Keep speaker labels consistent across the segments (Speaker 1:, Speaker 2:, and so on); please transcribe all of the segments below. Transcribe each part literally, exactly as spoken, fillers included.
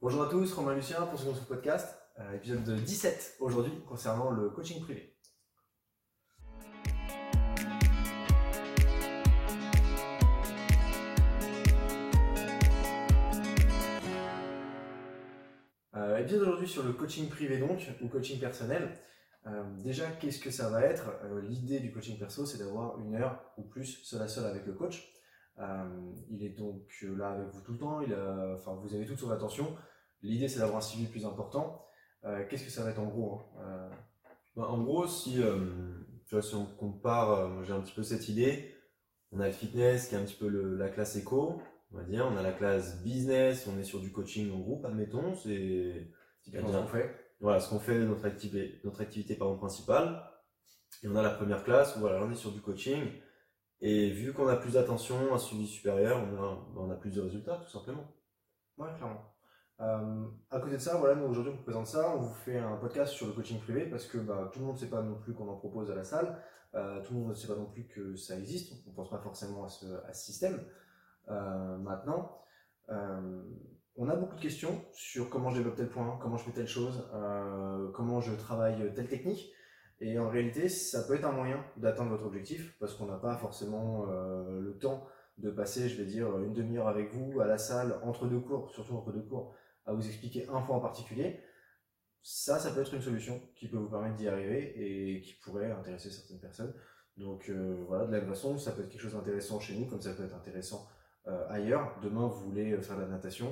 Speaker 1: Bonjour à tous, Romain Lucien pour ce nouveau podcast, euh, épisode dix-sept aujourd'hui concernant le coaching privé. Euh, épisode aujourd'hui sur le coaching privé donc, ou coaching personnel. Euh, déjà, qu'est-ce que ça va être? euh, L'idée du coaching perso, c'est d'avoir une heure ou plus seul à seul avec le coach. Euh, il est donc là avec vous tout le temps, il a, enfin, vous avez toute son attention. L'idée, c'est d'avoir un suivi plus important. Euh, qu'est-ce que ça va être en gros hein euh...
Speaker 2: bah, En gros, si, euh, tu vois, si on compare, euh, j'ai un petit peu cette idée. On a le fitness qui est un petit peu le, la classe éco, on va dire. On a la classe business, on est sur du coaching en groupe, admettons. C'est
Speaker 1: typiquement ce qu'on fait.
Speaker 2: Voilà, ce qu'on fait, notre activité, notre activité pardon, principale. Et on a la première classe où voilà, on est sur du coaching. Et vu qu'on a plus d'attention, un suivi supérieur, on a, on a plus de résultats, tout simplement.
Speaker 1: Ouais, clairement. Euh, à côté de ça, voilà, nous aujourd'hui on vous présente ça, on vous fait un podcast sur le coaching privé parce que bah, tout le monde ne sait pas non plus qu'on en propose à la salle, euh, tout le monde ne sait pas non plus que ça existe, on ne pense pas forcément à ce, à ce système. Euh, maintenant, euh, on a beaucoup de questions sur comment je développe tel point, comment je fais telle chose, euh, comment je travaille telle technique. Et en réalité, ça peut être un moyen d'atteindre votre objectif parce qu'on n'a pas forcément euh, le temps de passer, je vais dire, une demi-heure avec vous à la salle entre deux cours, surtout entre deux cours, à vous expliquer un point en particulier. Ça, ça peut être une solution qui peut vous permettre d'y arriver et qui pourrait intéresser certaines personnes. Donc euh, voilà, de la même façon, ça peut être quelque chose d'intéressant chez nous, comme ça peut être intéressant euh, ailleurs. Demain, vous voulez faire de la natation,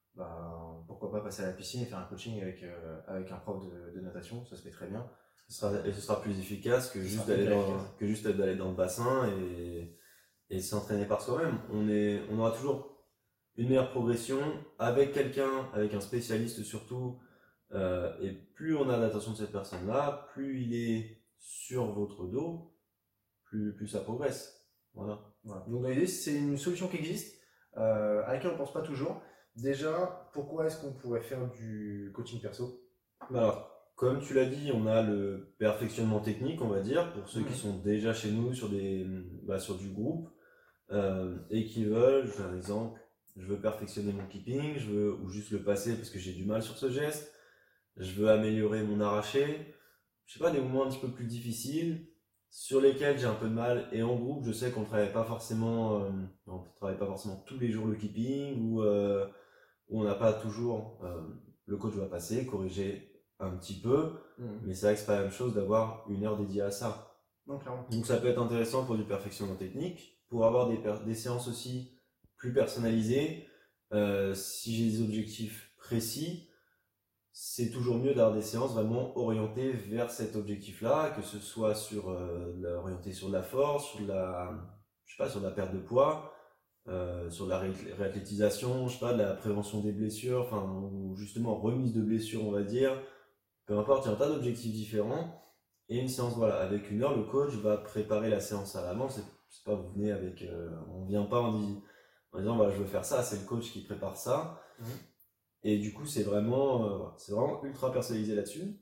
Speaker 1: bah, pourquoi pas passer à la piscine et faire un coaching avec, euh, avec un prof de, de natation, ça se fait très bien.
Speaker 2: Ce sera, et ce sera plus efficace que juste d'aller dans, que juste d'aller dans le bassin et, et s'entraîner par soi-même. On est, on aura toujours une meilleure progression avec quelqu'un, avec un spécialiste surtout. Euh, et plus on a l'attention de cette personne-là, plus il est sur votre dos, plus, plus ça progresse. Voilà.
Speaker 1: Voilà. Donc l'idée, c'est une solution qui existe, euh, à laquelle on ne pense pas toujours. Déjà, pourquoi est-ce qu'on pourrait faire du coaching perso?
Speaker 2: Alors, comme tu l'as dit, on a le perfectionnement technique, on va dire, pour ceux
Speaker 1: Mmh.
Speaker 2: qui sont déjà chez nous sur, des, bah, sur du groupe euh, et qui veulent, par exemple, je veux perfectionner mon keeping, je veux, ou juste le passer parce que j'ai du mal sur ce geste, je veux améliorer mon arraché, je sais pas, des moments un petit peu plus difficiles sur lesquels j'ai un peu de mal, et en groupe, je sais qu'on ne travaille pas forcément, euh, on travaille pas forcément tous les jours le keeping, ou euh, où on n'a pas toujours, euh, le coach va passer, corriger un petit peu,
Speaker 1: Mmh.
Speaker 2: mais c'est vrai que c'est pas la même chose d'avoir une heure dédiée à ça.
Speaker 1: Non, clairement.
Speaker 2: Donc ça peut être intéressant pour du perfectionnement technique, pour avoir des, des séances aussi plus personnalisées. Euh, si j'ai des objectifs précis, c'est toujours mieux d'avoir des séances vraiment orientées vers cet objectif-là, que ce soit sur euh, orienté sur de la force, sur de la, je sais pas, sur de la perte de poids, euh, sur de la ré réathlétisation, je sais pas, de la prévention des blessures, enfin, ou justement remise de blessures, on va dire. Peu importe, il y a un tas d'objectifs différents. Et une séance, voilà, avec une heure, le coach va préparer la séance à l'avance. C'est pas, vous venez avec, euh, on vient pas en, dit, en disant, voilà, je veux faire ça, c'est le coach qui prépare ça. Mmh. Et du coup, c'est vraiment, euh, c'est vraiment ultra personnalisé là-dessus.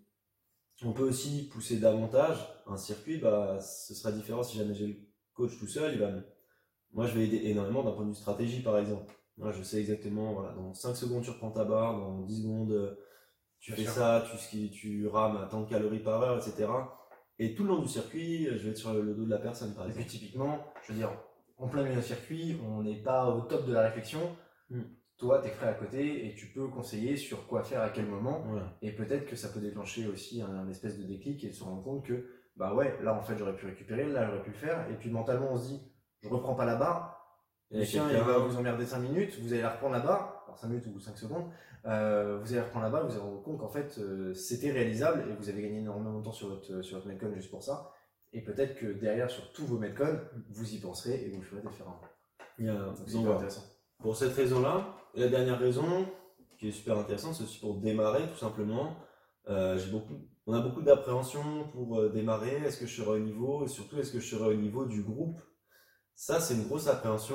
Speaker 2: On peut aussi pousser davantage un circuit, bah, ce sera différent si jamais j'ai le coach tout seul. Il va, moi, je vais aider énormément d'un point de vue stratégie, par exemple. Moi, je sais exactement, voilà, dans cinq secondes, tu reprends ta barre, dans dix secondes, tu Bien fais sûr. ça, tu, tu rames à tant de calories par heure, et cetera. Et tout le long du circuit, je vais être sur le dos de la personne, par exemple.
Speaker 1: Et puis, typiquement, je veux dire, en plein milieu du circuit, on n'est pas au top de la réflexion. Mm. Toi, t'es frais à côté et tu peux conseiller sur quoi faire à quel moment. Ouais. Et peut-être que ça peut déclencher aussi un, un espèce de déclic et de se rendre compte que, bah ouais, là, en fait, j'aurais pu récupérer, là, j'aurais pu le faire. Et puis, mentalement, on se dit, je reprends pas la barre. Lucien, il va vous emmerder cinq minutes, vous allez la reprendre la barre, alors cinq minutes ou cinq secondes, euh, vous allez reprendre la barre, vous allez vous rendre compte qu'en fait euh, c'était réalisable et vous avez gagné énormément de temps sur votre, sur votre Metcon juste pour ça. Et peut-être que derrière, sur tous vos Metcon, vous y penserez et vous le ferez différemment.
Speaker 2: Il y a, donc c'est hyper intéressant. Pour cette raison-là, la dernière raison qui est super intéressante, c'est aussi pour démarrer tout simplement. Euh, j'ai beaucoup, on a beaucoup d'appréhension pour euh, démarrer. Est-ce que je serai au niveau, et surtout est-ce que je serai au niveau du groupe? Ça, c'est une grosse appréhension.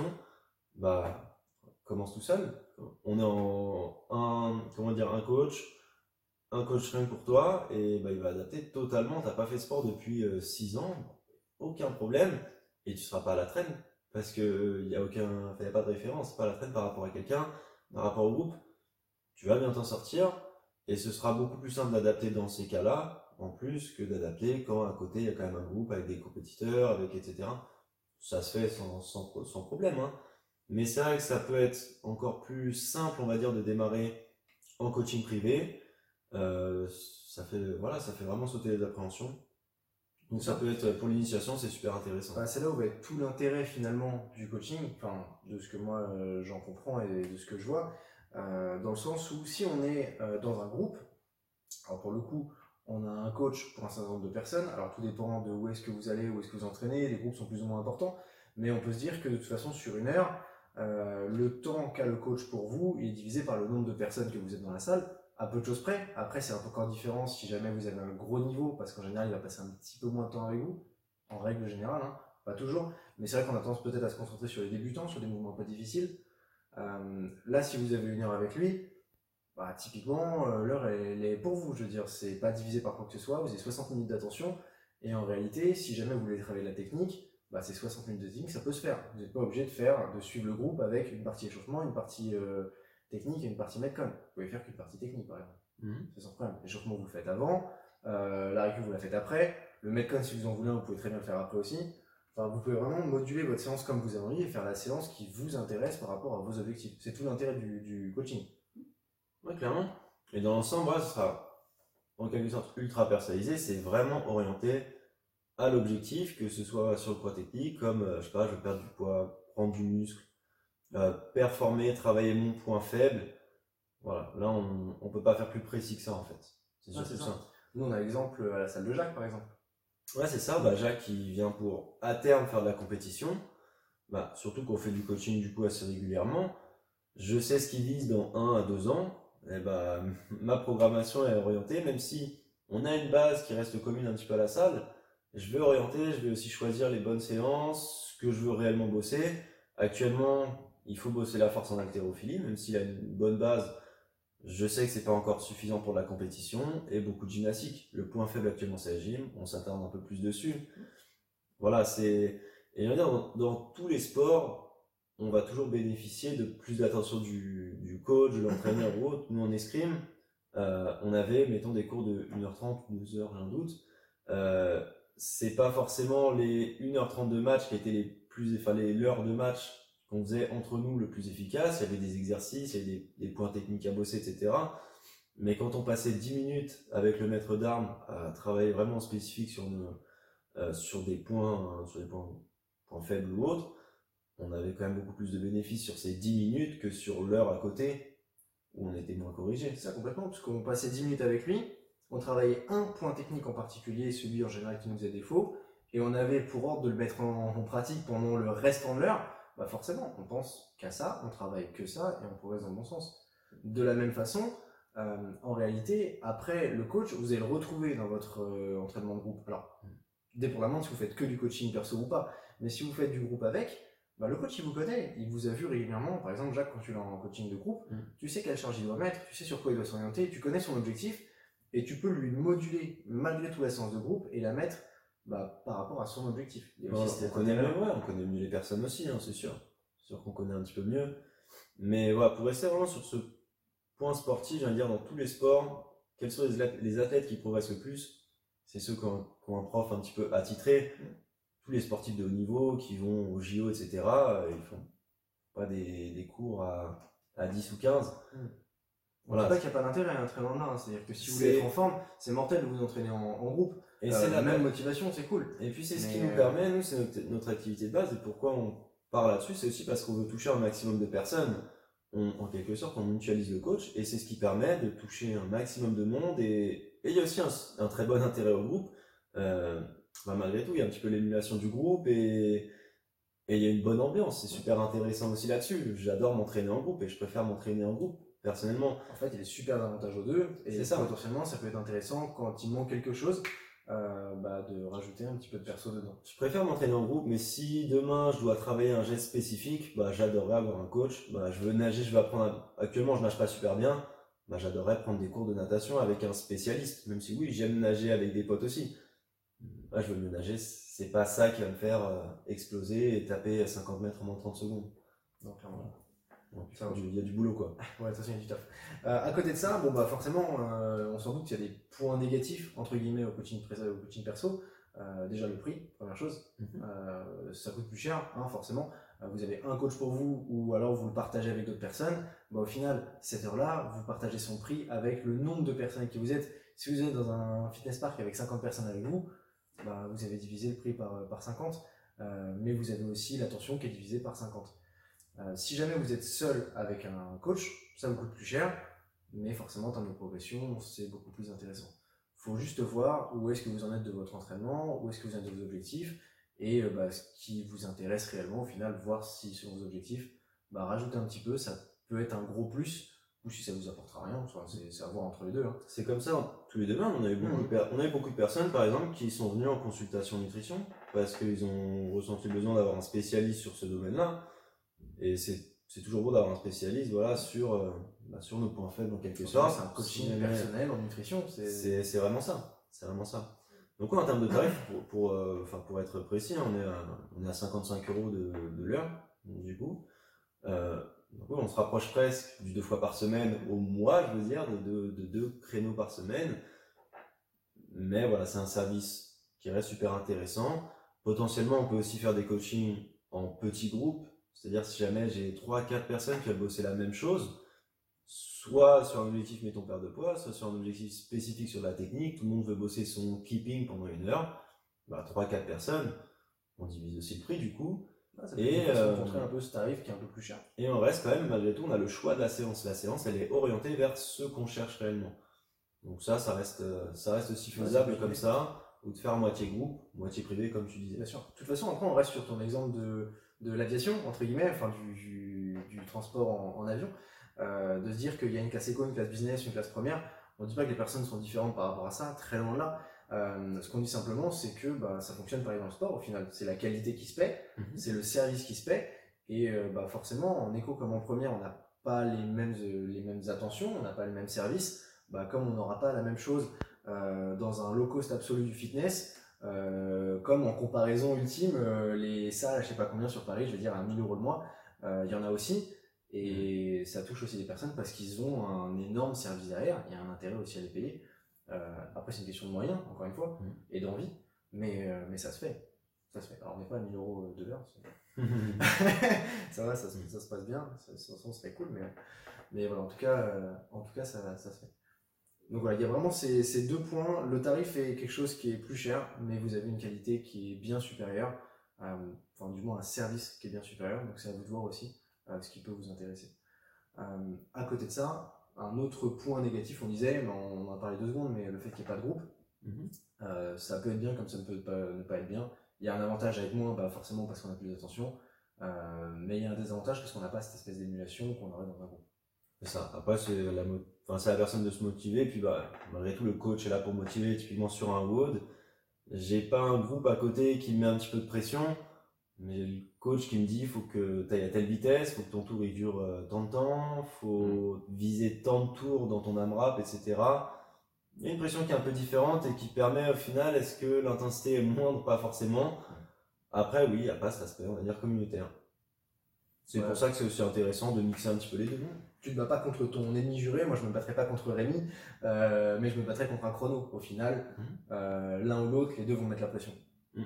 Speaker 2: Bah, commence tout seul. On est en un, comment dire, un coach, un coach rien pour toi, et bah, il va adapter totalement. T'as pas fait sport depuis six ans, aucun problème, et tu seras pas à la traîne parce que il y a aucun, y a pas de référence, pas à la traîne par rapport à quelqu'un, par rapport au groupe. tu vas bien t'en sortir et ce sera beaucoup plus simple d'adapter dans ces cas-là, en plus que d'adapter quand à côté il y a quand même un groupe avec des compétiteurs, avec et cetera. Ça se fait sans, sans, sans problème, hein. Mais c'est vrai que ça peut être encore plus simple, on va dire, de démarrer en coaching privé. Euh, ça fait, voilà, ça fait vraiment sauter les appréhensions. Donc ça peut être, pour l'initiation, c'est super intéressant.
Speaker 1: Bah, c'est là où va être tout l'intérêt finalement du coaching, enfin de ce que moi euh, j'en comprends et de ce que je vois, euh, dans le sens où si on est euh, dans un groupe, alors pour le coup on a un coach pour un certain nombre de personnes, alors tout dépend de où est-ce que vous allez, où est-ce que vous entraînez, les groupes sont plus ou moins importants, mais on peut se dire que de toute façon sur une heure, euh, le temps qu'a le coach pour vous, il est divisé par le nombre de personnes que vous êtes dans la salle, à peu de choses près. Après c'est un peu encore différent si jamais vous avez un gros niveau, parce qu'en général il va passer un petit peu moins de temps avec vous, en règle générale, hein, pas toujours, mais c'est vrai qu'on a tendance peut-être à se concentrer sur les débutants, sur des mouvements pas difficiles. Euh, là, si vous avez une heure avec lui, bah, typiquement, euh, l'heure elle, elle est pour vous, je veux dire, c'est pas divisé par quoi que ce soit, vous avez soixante minutes d'attention, et en réalité, si jamais vous voulez travailler la technique, bah, c'est soixante minutes de technique, ça peut se faire. Vous n'êtes pas obligé de faire, de suivre le groupe avec une partie échauffement, une partie euh, technique et une partie metcon. Vous pouvez faire qu'une partie technique, par exemple. Mmh. C'est sans problème. L'échauffement, vous le faites avant, euh, la récup, vous la faites après. Le metcon, si vous en voulez un, vous pouvez très bien le faire après aussi. Enfin, vous pouvez vraiment moduler votre séance comme vous avez envie et faire la séance qui vous intéresse par rapport à vos objectifs. C'est tout l'intérêt du, du coaching.
Speaker 2: Ouais, clairement. Et dans l'ensemble, ouais, ce sera en quelque sorte ultra personnalisé. C'est vraiment orienté à l'objectif, que ce soit sur le poids technique, comme, euh, je sais pas, je veux perdre du poids, prendre du muscle, euh, performer, travailler mon point faible. Voilà, là, on on peut pas faire plus précis que ça, en fait. C'est
Speaker 1: Ah,
Speaker 2: surtout
Speaker 1: c'est ça.
Speaker 2: ça.
Speaker 1: Nous, on a l'exemple à la salle de Jacques, par exemple.
Speaker 2: Ouais, c'est ça. Bah, Jacques, il vient pour, à terme, faire de la compétition. Bah, surtout qu'on fait du coaching, du coup, assez régulièrement. Je sais ce qu'il vise dans un à deux ans. Et bah, ma programmation est orientée, même si on a une base qui reste commune un petit peu à la salle. Je vais orienter, je vais aussi choisir les bonnes séances, ce que je veux réellement bosser. Actuellement, il faut bosser la force en haltérophilie, même s'il a une bonne base. Je sais que c'est pas encore suffisant pour la compétition, et beaucoup de gymnastique. Le point faible actuellement, c'est la gym. On s'attarde un peu plus dessus. Voilà, c'est, et on va dire, dans, dans tous les sports, on va toujours bénéficier de plus d'attention du, du coach, de l'entraîneur ou autre. Nous, en escrime, euh, on avait, mettons, des cours de une heure trente ou deux heures, j'ai un doute. Euh, c'est pas forcément les une heure trente de match qui étaient les plus, enfin, les, l'heure de match qu'on faisait entre nous le plus efficace. Il y avait des exercices, il y avait des, des points techniques à bosser, et cetera. Mais quand on passait dix minutes avec le maître d'armes à travailler vraiment spécifique sur nos, euh, sur des points, euh, sur des points, points faibles ou autres, on avait quand même beaucoup plus de bénéfices sur ces dix minutes que sur l'heure à côté où on était moins corrigé.
Speaker 1: C'est ça complètement, parce qu'on passait dix minutes avec lui, on travaillait un point technique en particulier, celui en général qui nous faisait défaut, et on avait pour ordre de le mettre en, en pratique pendant le restant de l'heure. Bah forcément, on pense qu'à ça, on travaille que ça, et on progresse dans le bon sens. De la même façon, euh, en réalité, après le coach, vous allez le retrouver dans votre euh, entraînement de groupe. Alors, dépendamment si vous faites que du coaching perso ou pas, mais si vous faites du groupe avec, bah le coach il vous connaît, il vous a vu régulièrement. Par exemple, Jacques, quand tu l'as en coaching de groupe, mm. tu sais quelle charge il doit mettre, tu sais sur quoi il doit s'orienter, tu connais son objectif, et tu peux lui moduler malgré tout la séance de groupe et la mettre bah, par rapport à son objectif.
Speaker 2: Non, on, connaît mieux, ouais, on connaît mieux les personnes aussi, hein, c'est sûr. C'est sûr qu'on connaît un petit peu mieux. Mais voilà, pour rester vraiment sur ce point sportif, je viens de dire, dans tous les sports, quels sont les athlètes, les athlètes qui progressent le plus? C'est ceux qui ont, qui ont un prof un petit peu attitré. Mm. Tous les sportifs de haut niveau qui vont au J O, et cetera, euh, ils font pas des, des cours à, à dix ou quinze.
Speaker 1: Mm. Voilà. C'est pas qu'il n'y a pas d'intérêt à entraîner en un, c'est-à-dire que si vous voulez être en forme, c'est mortel de vous entraîner en, en groupe. Et euh, c'est la même motivation, c'est cool.
Speaker 2: Et puis c'est Mais ce qui nous euh... permet, nous, c'est notre, notre activité de base, et pourquoi on part là-dessus, c'est aussi parce qu'on veut toucher un maximum de personnes. On, en quelque sorte, on mutualise le coach, et c'est ce qui permet de toucher un maximum de monde, et, et il y a aussi un, un très bon intérêt au groupe. Euh, bah, malgré tout, il y a un petit peu l'émulation du groupe, et et il y a une bonne ambiance, c'est super intéressant aussi là-dessus. J'adore m'entraîner en groupe, et je préfère m'entraîner en groupe. Personnellement,
Speaker 1: en fait, il y a des super avantages aux deux, et ça. Potentiellement, ça peut être intéressant quand il manque quelque chose, euh, bah, de rajouter un petit peu de perso dedans.
Speaker 2: Je préfère m'entraîner en groupe, mais si demain je dois travailler un geste spécifique, bah, j'adorerais avoir un coach. Bah, je veux nager, je veux apprendre. À... Actuellement, je nage pas super bien. Bah, j'adorerais prendre des cours de natation avec un spécialiste, même si oui, j'aime nager avec des potes aussi. Bah, je veux mieux nager, c'est pas ça qui va me faire euh, exploser et taper à cinquante mètres en moins de trente secondes.
Speaker 1: Donc, clairement.
Speaker 2: Ça, il y a du boulot quoi.
Speaker 1: Ouais, de toute façon, il y a du taf. Euh, à côté de ça, bon bah forcément, euh, on s'en doute qu'il y a des points négatifs entre guillemets au coaching, au coaching perso. Euh, déjà le prix, première chose, mm-hmm. euh, ça coûte plus cher, hein, forcément. Euh, vous avez un coach pour vous, ou alors vous le partagez avec d'autres personnes. Bah, au final, cette heure-là, vous partagez son prix avec le nombre de personnes avec qui vous êtes. Si vous êtes dans un fitness park avec cinquante personnes avec vous, bah, vous avez divisé le prix par, par cinquante, euh, mais vous avez aussi l'attention qui est divisée par cinquante. Euh, si jamais vous êtes seul avec un coach, ça vous coûte plus cher, mais forcément en termes de progression, c'est beaucoup plus intéressant. Il faut juste voir où est-ce que vous en êtes de votre entraînement, où est-ce que vous en êtes de vos objectifs, et euh, bah, ce qui vous intéresse réellement, au final, voir si sur vos objectifs, bah, rajouter un petit peu, ça peut être un gros plus, ou si ça vous apportera rien, enfin, c'est, c'est à voir entre les deux. Hein.
Speaker 2: C'est comme ça, tous les deux, on a eu beaucoup, mmh. de per- on a eu beaucoup de personnes, par exemple, qui sont venues en consultation nutrition, parce qu'ils ont ressenti le besoin d'avoir un spécialiste sur ce domaine-là. Et c'est, c'est toujours beau d'avoir un spécialiste voilà, sur, euh, bah, sur nos points faibles en quelque sorte.
Speaker 1: C'est un coaching si personnel en nutrition.
Speaker 2: C'est... C'est, c'est vraiment ça. C'est vraiment ça. Donc ouais, en termes de tarifs, pour, pour, euh, enfin, pour être précis, on est à, on est à cinquante-cinq euros de, de l'heure, du coup. Euh, donc ouais, on se rapproche presque du deux fois par semaine au mois, je veux dire, de, de, de deux créneaux par semaine. Mais voilà, c'est un service qui reste super intéressant. Potentiellement, on peut aussi faire des coachings en petits groupes. C'est-à-dire si jamais j'ai trois quatre personnes qui veulent bosser la même chose, soit sur un objectif mettons perte de poids, soit sur un objectif spécifique sur la technique, tout le monde veut bosser son keeping pendant une heure, bah trois quatre personnes, on divise aussi le prix du coup.
Speaker 1: Ah, ça et euh, montrer un peu ce tarif qui est un peu plus cher.
Speaker 2: Et on reste quand même, malgré tout, on a le choix de la séance. La séance, elle est orientée vers ce qu'on cherche réellement. Donc ça, ça reste, ça reste aussi faisable ouais, comme privé. Ça, ou de faire moitié groupe, moitié privé comme tu disais.
Speaker 1: Bien sûr. De toute façon, après on reste sur ton exemple de de l'aviation, entre guillemets, enfin du, du, du transport en, en avion, euh, de se dire qu'il y a une classe éco, une classe business, une classe première. On ne dit pas que les personnes sont différentes par rapport à ça, très loin de là. Euh, ce qu'on dit simplement, c'est que bah, ça fonctionne pareil dans le sport, au final. C'est la qualité qui se paie, mmh. c'est le service qui se paie, et euh, bah, forcément, en éco comme en première, on n'a pas les mêmes, euh, les mêmes attentions, on n'a pas le même service, bah, comme on n'aura pas la même chose euh, dans un low cost absolu du fitness, Euh, comme en comparaison ultime, euh, les salles, je sais pas combien sur Paris, je vais dire à mille euros le mois, il euh, y en a aussi, et ça touche aussi des personnes parce qu'ils ont un énorme service derrière, il y a un intérêt aussi à les payer. Euh, après, c'est une question de moyens, encore une fois, mmh. et d'envie, mais, euh, mais ça se fait. Ça se fait. Alors, on n'est pas à mille euros de l'heure, ça va, ça, ça, ça se passe bien, ça, ça, ça serait cool, mais, mais voilà, en tout cas, euh, en tout cas ça, ça se fait. Donc voilà, il y a vraiment ces, ces deux points. Le tarif est quelque chose qui est plus cher, mais vous avez une qualité qui est bien supérieure, euh, enfin du moins un service qui est bien supérieur, donc c'est à vous de voir aussi euh, ce qui peut vous intéresser. Euh, à côté de ça, un autre point négatif, on disait, mais on en a parlé deux secondes, mais le fait qu'il n'y ait pas de groupe, mm-hmm. euh, ça peut être bien comme ça ne peut pas, ne pas être bien. Il y a un avantage avec moins, bah forcément parce qu'on a plus d'attention, euh, mais il y a un désavantage parce qu'on n'a pas cette espèce d'émulation qu'on aurait dans un groupe.
Speaker 2: C'est ça. Après, c'est la, enfin, c'est la personne de se motiver. Puis, bah, malgré tout, le coach est là pour motiver. Typiquement sur un W O D, j'ai pas un groupe à côté qui me met un petit peu de pression. Mais le coach qui me dit, il faut que tu ailles à telle vitesse, il faut que ton tour il dure euh, tant de temps, il faut mmh. viser tant de tours dans ton AMRAP, et cetera. Il y a une pression qui est un peu différente et qui permet au final, est-ce que l'intensité est moindre? Pas forcément. Après, oui, il n'y a pas cet aspect, on va dire, communautaire. C'est ouais. pour ça que c'est aussi intéressant de mixer un petit peu les deux.
Speaker 1: Tu ne te bats pas contre ton ennemi juré, moi je ne me battrais pas contre Rémi, euh, mais je me battrais contre un chrono. Au final, mmh. euh, l'un ou l'autre, les deux vont mettre la pression. Mmh.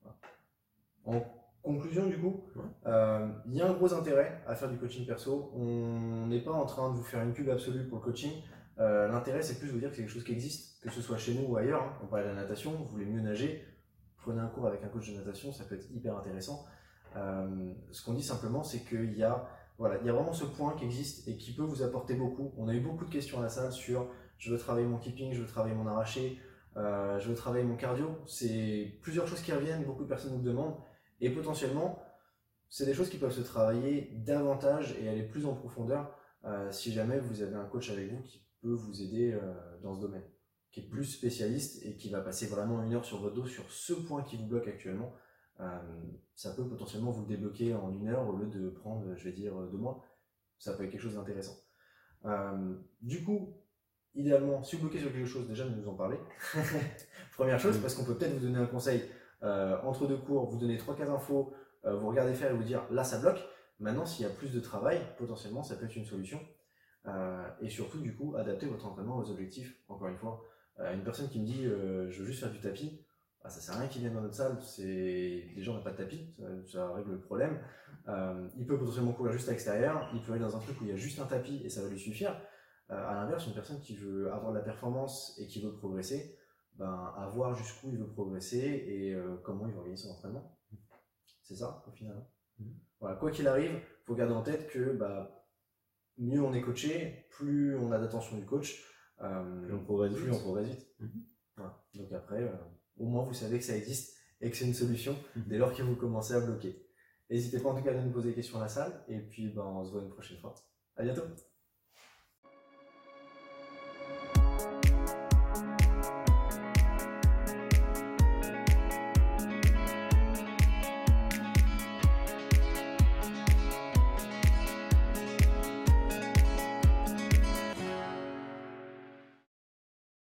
Speaker 1: En conclusion, du coup, il ouais. euh, y a un gros intérêt à faire du coaching perso. On n'est pas en train de vous faire une pub absolue pour le coaching. Euh, l'intérêt, c'est plus de vous dire que c'est quelque chose qui existe, que ce soit chez nous ou ailleurs. Hein. On parlait de la natation, vous voulez mieux nager, prenez un cours avec un coach de natation, ça peut être hyper intéressant. Euh, ce qu'on dit simplement, c'est qu'il y a Voilà, il y a vraiment ce point qui existe et qui peut vous apporter beaucoup. On a eu beaucoup de questions à la salle sur je veux travailler mon keeping, je veux travailler mon arraché, euh, je veux travailler mon cardio. C'est plusieurs choses qui reviennent, beaucoup de personnes nous demandent. Et potentiellement, c'est des choses qui peuvent se travailler davantage et aller plus en profondeur euh, si jamais vous avez un coach avec vous qui peut vous aider euh, dans ce domaine, qui est plus spécialiste et qui va passer vraiment une heure sur votre dos sur ce point qui vous bloque actuellement. Euh, ça peut potentiellement vous le débloquer en une heure au lieu de prendre, je vais dire, deux mois. Ça peut être quelque chose d'intéressant. Euh, du coup, idéalement, si vous bloquez sur quelque chose, déjà de nous en parler. Première chose, parce qu'on peut peut-être vous donner un conseil euh, entre deux cours, vous donner trois quatre infos, euh, vous regardez faire et vous dire là ça bloque. Maintenant, s'il y a plus de travail, potentiellement, ça peut être une solution. Euh, et surtout, du coup, adapter votre entraînement aux objectifs. Encore une fois, euh, une personne qui me dit euh, je veux juste faire du tapis, bah, ça sert à rien qu'il vienne dans notre salle. C'est... Les gens n'ont pas de tapis, ça, ça règle le problème. Euh, il peut potentiellement courir juste à l'extérieur, il peut aller dans un truc où il y a juste un tapis et ça va lui suffire. Euh, à l'inverse, une personne qui veut avoir de la performance et qui veut progresser, ben, à voir jusqu'où il veut progresser et euh, comment il va organiser son entraînement. C'est ça, au final. Mmh. Voilà, quoi qu'il arrive, il faut garder en tête que bah, mieux on est coaché, plus on a d'attention du coach, euh,
Speaker 2: plus on progresse
Speaker 1: plus
Speaker 2: vite.
Speaker 1: On progresse vite. Mmh. Voilà. Donc après, euh, au moins vous savez que ça existe et que c'est une solution mmh. dès lors que vous commencez à bloquer. N'hésitez pas en tout cas à nous poser des questions à la salle et puis ben, on se voit une prochaine fois. À bientôt.